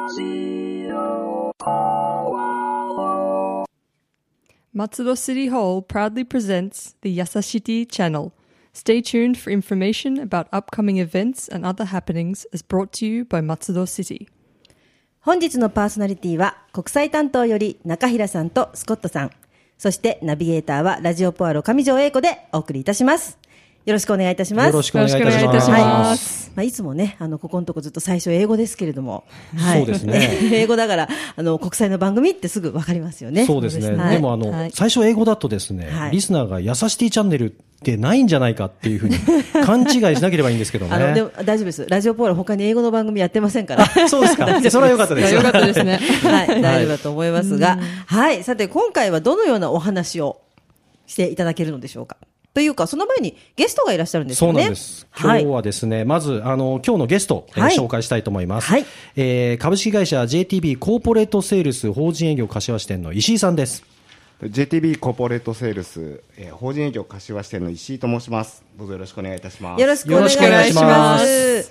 Matsudo City Hall proudly presents the Yasashiti channel. Stay tuned for information about upcoming events and other happenings as brought to you by Matsudo City. 本日のパーソナリティは国際担当より中平さんとスコットさん、そしてナビゲーターはラジオポアロ上条英子でお送りいたします。よろしくお願いいたします。 よろしくお願いいたします。 はい、いつもね、ここのとこずっと最初英語ですけれども、 はい、そうですね。 英語だから国際の番組ってすぐわかりますよね。 そうですね。でも最初英語だとですね、リスナーがやさしティチャンネルってないんじゃないかっていうふうに勘違いしなければいいんですけどね。 でも大丈夫です。ラジオポーラ他に英語の番組やってませんから。 そうですか。それは良かったです。 良かったですね。 はい、大丈夫だと思いますが、はい、さて今回はどのようなお話をしていただけるのでしょうか。というか、その前にゲストがいらっしゃるんですよね。 そうなんです。今日はですね、まず、今日のゲスト、紹介したいと思います。はい。株式会社 JTB コーポレートセールス法人営業柏支店の石井さんです。 JTB コーポレートセールス、法人営業柏支店の石井と申します。どうぞよろしくお願いいたします。 よろしくお願いします。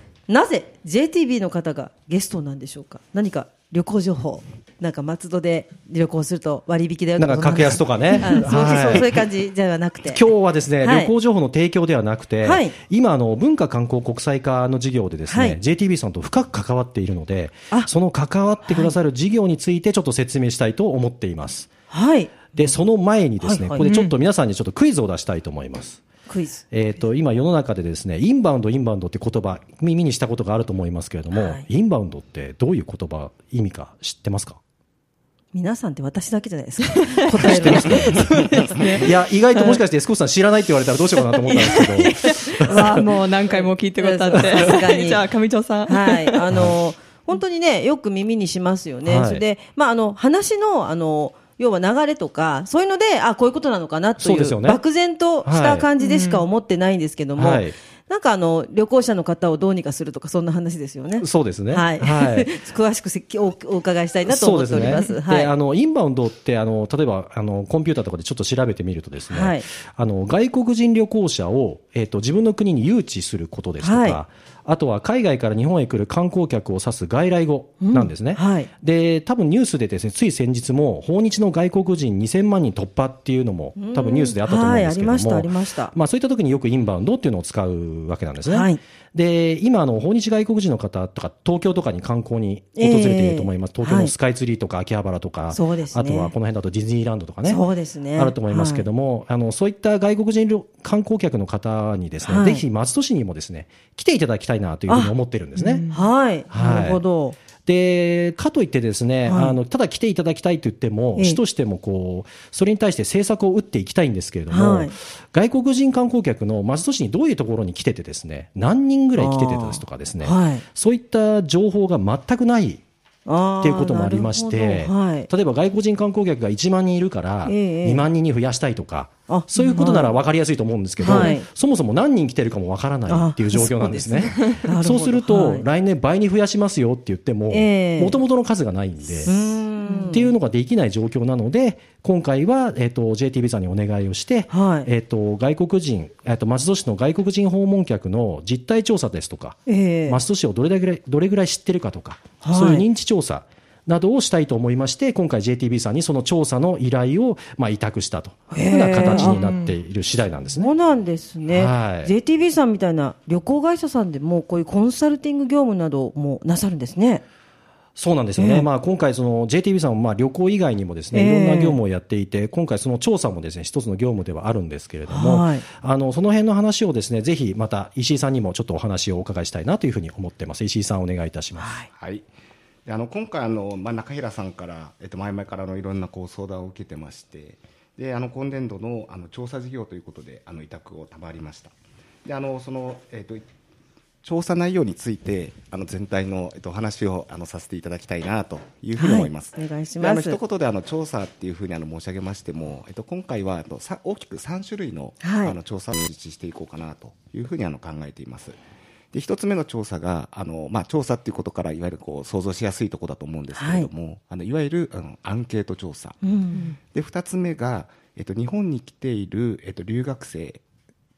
なぜ JTB の方がゲストなんでしょうか。何か旅行情報、なんか松戸で旅行すると割引だよとか、 なんか格安とかね、 そういう感じではなくて、 今日はですね、旅行情報の提供ではなくて、今文化観光国際化の事業でですね、JTB さんと深く関わっているので、その関わってくださる事業についてちょっと説明したいと思っています。はい。でその前にですね、ここでちょっと皆さんにちょっとクイズを出したいと思います。クイズ。今世の中でですね、インバウンドって言葉耳にしたことがあると思いますけれども、インバウンドってどういう言葉意味か知ってますか？ 皆さんって私だけじゃないですか。答えるの。 そうですね。いや、意外ともしかしてエスコーさん知らないって言われたらどうしようかなと思ったんですけど。 わあ、もう何回も聞いてことあって。さすがに。じゃあ上条さん。 はい。本当にね、よく耳にしますよね。それで、話の要は流れとかそういうので、こういうことなのかなという漠然とした感じでしか思ってないんですけども、なんか旅行者の方をどうにかするとかそんな話ですよね。 そうですね。はい。 詳しくお伺いしたいなと思っております。 そうですね。はい。インバウンドって例えばコンピューターとかでちょっと調べてみるとですね、外国人旅行者を自分の国に誘致することですとか、あとは海外から日本へ来る観光客を指す外来語なんですね。で、多分ニュースでですね、つい先日も訪日の外国人2000万人突破っていうのも多分ニュースであったと思うんですけども、 ありました。 そういった時によくインバウンドっていうのを使うわけなんですね。で、今訪日外国人の方とか東京とかに観光に訪れていると思います。東京のスカイツリーとか秋葉原とか、あとはこの辺だとディズニーランドとかね、あると思いますけども、そういった外国人観光客の方にですね、ぜひ松戸市にもですね、来ていただきたいなというふうに思ってるんですね。 なるほど。 で、かといってですね、ただ来ていただきたいと言っても、市としてもそれに対して政策を打っていきたいんですけれども、外国人観光客の松戸市にどういうところに来ててですね、何人ぐらい来ててですとかですね、そういった情報が全くないっていうこともありまして、例えば外国人観光客が1万人いるから2万人に増やしたいとか、そういうことなら分かりやすいと思うんですけど、そもそも何人来てるかも分からないっていう状況なんですね。そうすると来年倍に増やしますよって言っても元々の数がないんでっていうのができない状況なので、今回はJTB さんにお願いをして外国人松戸市の外国人訪問客の実態調査ですとか、松戸市をどれぐらい知ってるかとか、そういう認知調査などをしたいと思いまして、今回 JTB さんにその調査の依頼を委託したというふうな形になっている次第なんですね。 そうなんですね。JTB さんみたいな旅行会社さんでもこういうコンサルティング業務などもなさるんですね。 そうなんですよね。今回その JTB さんも旅行以外にもですね、いろんな業務をやっていて、今回その調査もですね、一つの業務ではあるんですけれども、その辺の話をですね、ぜひまた石井さんにもちょっとお話をお伺いしたいなというふうに思っています。石井さんお願いいたします。 はい。今回中平さんから、前々からいろんな相談を受けてまして、で今年度の調査事業ということで委託を賜りました。でその調査内容について全体のお話をさせていただきたいなというふうに思います。 お願いします。 一言で調査っていうふうに申し上げましても、今回は大きく3種類の、調査を実施していこうかなというふうに考えています。で一つ目の調査が調査っていうことからいわゆる想像しやすいところだと思うんですけれども、いわゆるアンケート調査、で二つ目が、日本に来ている、留学生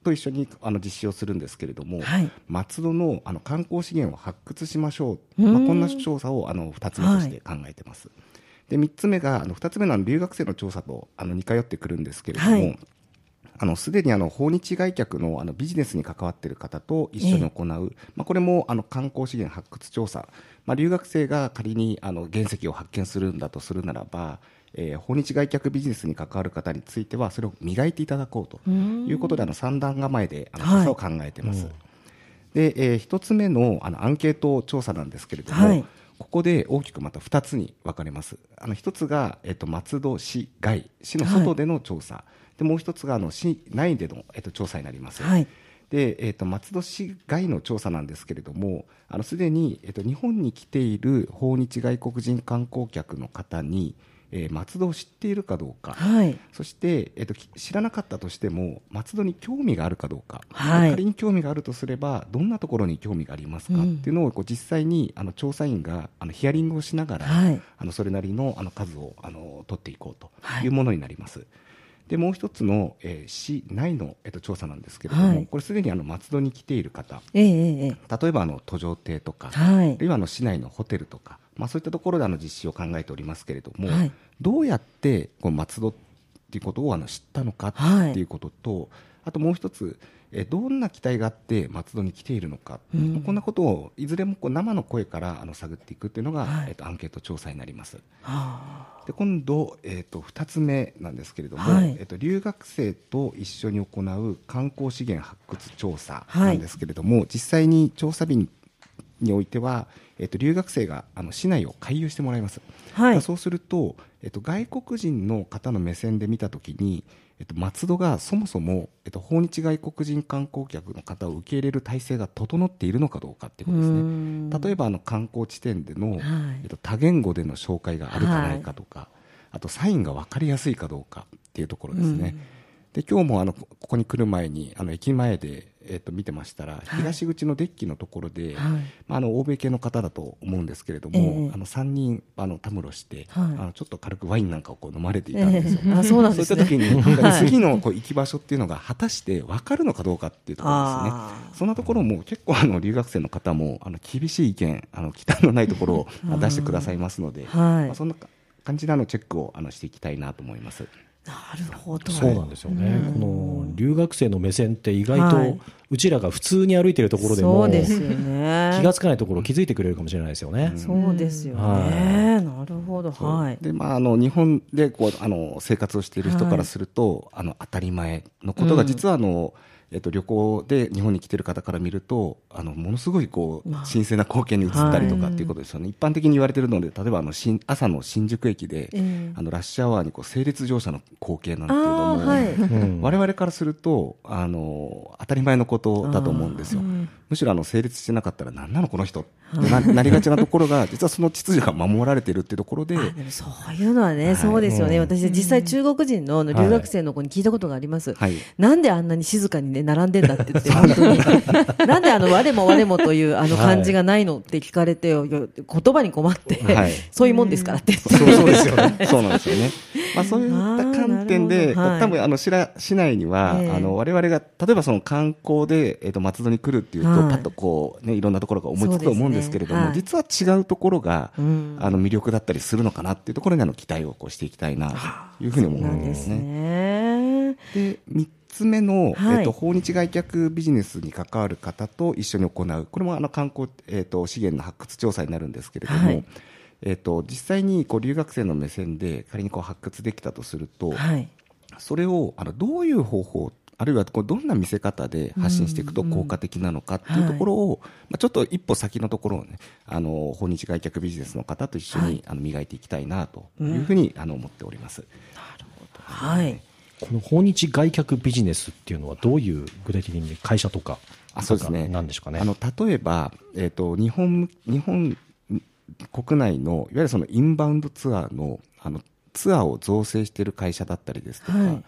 と一緒に実施をするんですけれども、 はい、 松戸の観光資源を発掘しましょう、こんな調査を2つ目として考えています。はい、で3つ目が2つ目の留学生の調査と似通ってくるんですけれども、はい、すでに訪日外客のビジネスに関わっている方と一緒に行う、これも観光資源発掘調査、留学生が仮に原石を発見するんだとするならば、訪日外客ビジネスに関わる方についてはそれを磨いていただこうということで3段構えで調査を考えています。はい、で、1つ目のアンケート調査なんですけれども、はい、ここで大きくまた2つに分かれます。1つが、松戸市外、市の外での調査、はい、でもう1つが市内での、調査になります。はい、で松戸市外の調査なんですけれども、すでに、日本に来ている訪日外国人観光客の方に松戸を知っているかどうか、はい、そして、知らなかったとしても松戸に興味があるかどうか、はい、仮に興味があるとすればどんなところに興味がありますか、っていうのを実際に調査員がヒアリングをしながら、はい、それなりの数を取っていこうというものになります。はい、でもう一つの、市内の、調査なんですけれども、はい、これすでに松戸に来ている方、例えば途上亭とか、はい、あるいは市内のホテルとか、そういったところで実施を考えておりますけれども、はい、どうやってこの松戸っていうことを知ったのかっていうことと、はい、あともう一つ、どんな期待があって松戸に来ているのか、こんなことをいずれも生の声から探っていくっていうのが、はい、アンケート調査になります。で今度、2つ目なんですけれども、はい、留学生と一緒に行う観光資源発掘調査なんですけれども、はい、実際に調査日においては、留学生が市内を回遊してもらいます。はい、そうすると、外国人の方の目線で見たときに、松戸がそもそも、訪日外国人観光客の方を受け入れる体制が整っているのかどうかということですね。例えば観光地点での、はい、多言語での紹介があるかないかとか、はい、あとサインが分かりやすいかどうかっていうところですね。で今日もここに来る前に駅前で、見てましたら、東口のデッキのところで、はい、欧米系の方だと思うんですけれども、3人たむろして、はい、ちょっと軽くワインなんかを飲まれていたんですよ。 そうなんですね。 そういった時に次の行き場所っていうのが果たして分かるのかどうかっていうところですね。そんなところも結構留学生の方も厳しい意見、忌憚のないところを出してくださいますので、そんな感じでチェックをしていきたいなと思います。 なるほど。 そうなんですよね。この留学生の目線って意外とうちらが普通に歩いているところでも、そうですよね、気がつかないところ気づいてくれるかもしれないですよね。 そうですよね。なるほど。はい。 で日本で生活をしている人からすると、当たり前のことが実は旅行で日本に来ている方から見るとものすごい新鮮な光景に映ったりとかっていうことですよね。一般的に言われているので、例えば朝の新宿駅で、ラッシュアワーに整列乗車の光景なんていうのも、はい、我々からすると当たり前のことだと思うんですよ。むしろ整列してなかったら何なのこの人ってなりがちなところが実はその秩序が守られているっていうところで、 でもそういうのはね、はい、そうですよね。私実際中国人の留学生の子に聞いたことがあります。はい、なんであんなに静かにね並んでんだって言って、本当になんで我も我もという漢字がないのって聞かれて、言葉に困って、はい、そういうもんですからってそうですよね。そうなんですよね。そういった観点で、多分市内には我々が例えばその観光で松戸に来るっていうと、パッといろんなところが思いつくと思うんですけれども、実は違うところが魅力だったりするのかなっていうところに期待をしていきたいなというふうに思うんですね。で3つ目の、訪日外客ビジネスに関わる方と一緒に行う、これも観光、資源の発掘調査になるんですけれども、はい、実際に留学生の目線で仮に発掘できたとすると、はい、それをどういう方法、あるいはどんな見せ方で発信していくと効果的なのかっていうところを、ちょっと一歩先のところをね、訪日外客ビジネスの方と一緒に磨いていきたいなというふうに思っております。 なるほど。はい。 この訪日外客ビジネスっていうのはどういう具体的に会社とかそうですね、 なんでしょうかね。 例えば、日本国内のいわゆるそのインバウンドツアーのツアーを造成している会社だったりですとか、はい、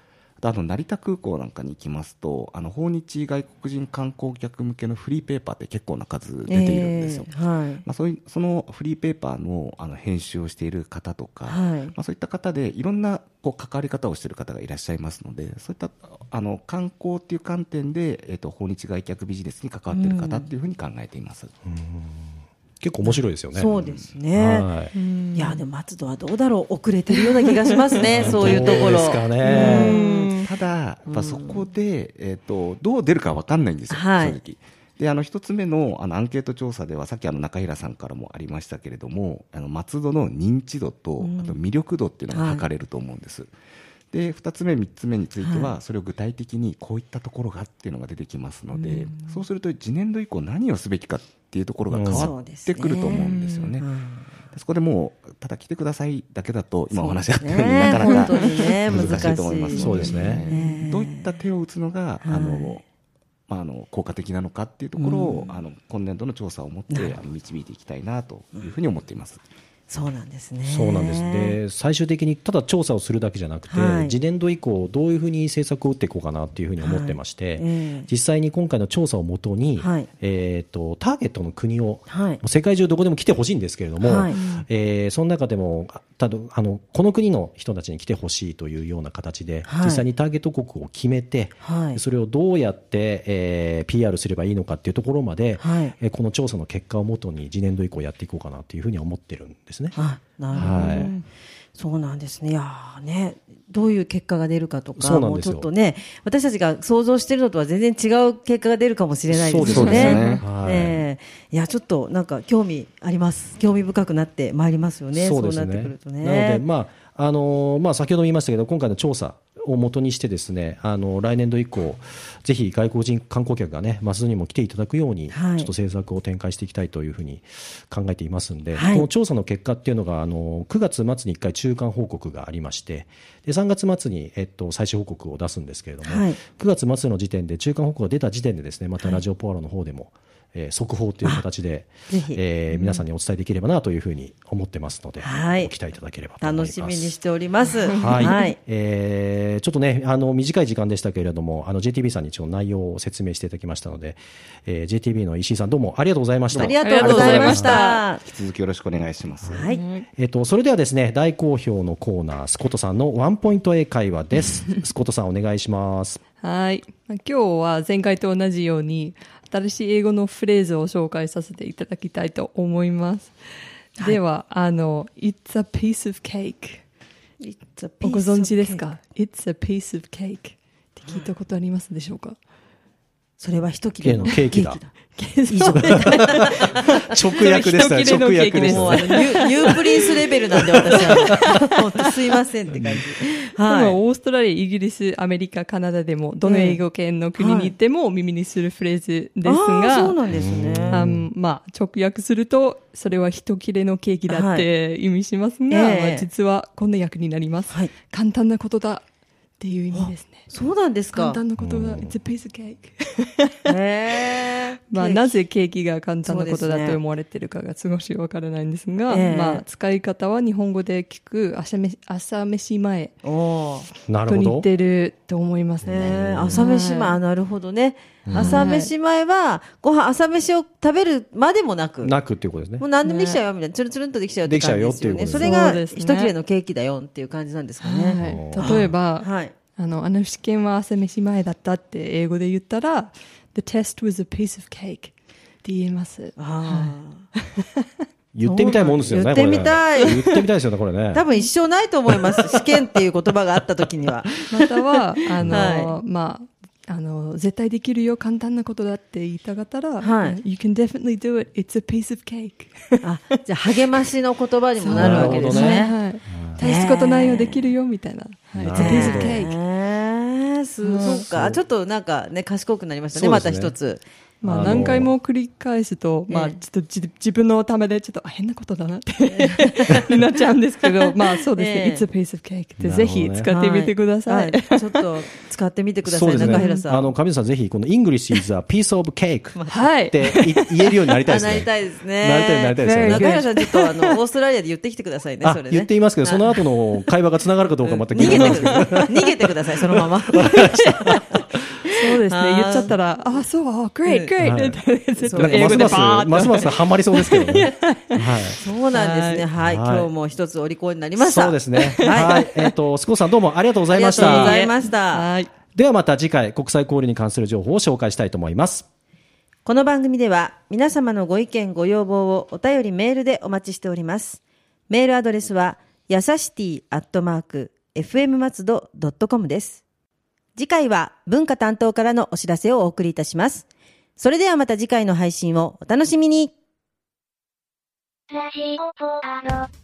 成田空港なんかに行きますと訪日外国人観光客向けのフリーペーパーって結構な数出ているんですよ、そのフリーペーパーの、編集をしている方とか、そういった方でいろんな関わり方をしている方がいらっしゃいますので、そういった観光っていう観点で、訪日外客ビジネスに関わっている方っていうふうに考えています。 結構面白いですよね。 そうですね、いやでも松戸はどうだろう、遅れてるような気がしますねそういうところですかね。 ただやっぱそこで、どう出るか分かんないんですよ、正直で一つ目のアンケート調査ではさっき中平さんからもありましたけれども松戸の認知度とあと魅力度っていうのが測れると思うんです、で2つ目3つ目についてはそれを具体的にこういったところがっていうのが出てきますので、そうすると次年度以降何をすべきかっていうところが変わってくると思うんですよね、そこでもうただ来てくださいだけだと今お話あったようになかなか難しいと思いますので、どういった手を打つのが効果的なのかっていうところを今年度の調査をもって導いていきたいなというふうに思っています。 そうなんですね。 そうなんです。で、最終的にただ調査をするだけじゃなくて、次年度以降どういうふうに政策を打っていこうかなというふうに思ってまして、実際に今回の調査をもとに、ターゲットの国を、世界中どこでも来てほしいんですけれども、その中でもこの国の人たちに来てほしいというような形で、実際にターゲット国を決めて、それをどうやって、PR すればいいのかっていうところまで、この調査の結果をもとに次年度以降やっていこうかなというふうに思ってるんですね。 なるほど、そうなんですね。いやね、どういう結果が出るかとかもうちょっとね、私たちが想像しているのとは全然違う結果が出るかもしれないですよね。いやちょっとなんか興味あります。興味深くなってまいりますよね。そうなってくるとね。 なので先ほども言いましたけど、今回の調査を元にしてですね、来年度以降ぜひ外国人観光客がね松戸にも来ていただくように、ちょっと政策を展開していきたいというふうに考えていますので、この調査の結果っていうのが9月末に1回中間報告がありまして、で3月末に、最終報告を出すんですけれども、9月末の時点で中間報告が出た時点でですね、またラジオポアロの方でも速報という形で、皆さんにお伝えできればなというふうに思ってますので、ご期待いただければと思います。 楽しみにしております。ちょっとね短い時間でしたけれどもJTB さんに一応内容を説明していただきましたので、JTB の石井さんどうもありがとうございました。 ありがとうございました。 引き続きよろしくお願いします。 それではですね、大好評のコーナースコットさんのワンポイント英会話です。スコットさんお願いします。 はい、今日は前回と同じように新しい英語のフレーズを紹介させていただきたいと思います。ではIt's a piece of cake、ご存知ですか？ It's a piece of cake って聞いたことありますでしょうか？ それは一切れのケーキだ。 以上直訳でしたね。直訳です。 もうニュープリンスレベルなんで私は本当すいませんって感じ。 はい。オーストラリア、イギリス、アメリカ、カナダでもどの英語圏の国に行っても耳にするフレーズですが、 そうなんですね。 直訳するとそれは一切れのケーキだって意味しますが、実はこんな訳になります。簡単なことだっていう意味ですね。 そうなんですか。 簡単なことが It's a piece of cake なぜケーキが簡単なことだと思われているかが少しわからないんですが、使い方は日本語で聞く朝飯前と似てると思いますね。 朝飯前、なるほどね。朝飯前は朝飯を食べるまでもなくっていうことですね。 もう何でもできちゃうよみたいな、つるつるんとできちゃうって感じですよね。それが一切れのケーキだよっていう感じなんですかね。 例えば、試験は朝飯前だったって英語で言ったら The test was a piece of cake って言えます。 言ってみたいもんですよね。 言ってみたい。 言ってみたいですよね、これね。 多分一生ないと思います。試験っていう言葉があった時には。 または絶対できるよ、簡単なことだって言いたかったら、You can definitely do it. It's a piece of cake. じゃあ励ましの言葉にもなるわけですね。 大したことないよ、できるよみたいな。It's a piece of cake. そうか、ちょっとなんかね賢くなりましたね。また一つ。 まあ、何回も繰り返すと、まあ、ちょっと自分のためでちょっと変なことだなってになっちゃうんですけど、まあそうですね、It's a piece of cake ってぜひ使ってみてください。 ちょっと使ってみてください、中平さん。 上地さんぜひこの English is a piece of cake はいって言えるようになりたいですね。 なりたいですね。 なりたいですよね。 中平さんちょっとオーストラリアで言ってきてくださいね、それね。 言っていますけど、その後の会話がつながるかどうか全く聞いてないですけど。 逃げてください、そのまま。 そうですね、言っちゃったら、あ、そう、great, great って英語でバーッと。 ますますハマりそうですけどね。 そうなんですね。はい。今日も一つお利口になりました。 そうですね。はい。スコさんどうもありがとうございました。 ありがとうございました。 はい。 ではまた次回、国際交流に関する情報を紹介したいと思います。 この番組では皆様のご意見ご要望をお便りメールでお待ちしております。メールアドレスはやさしティ@fm松戸.com です。次回は文化担当からのお知らせをお送りいたします。それではまた次回の配信をお楽しみに。 ラジオポアド。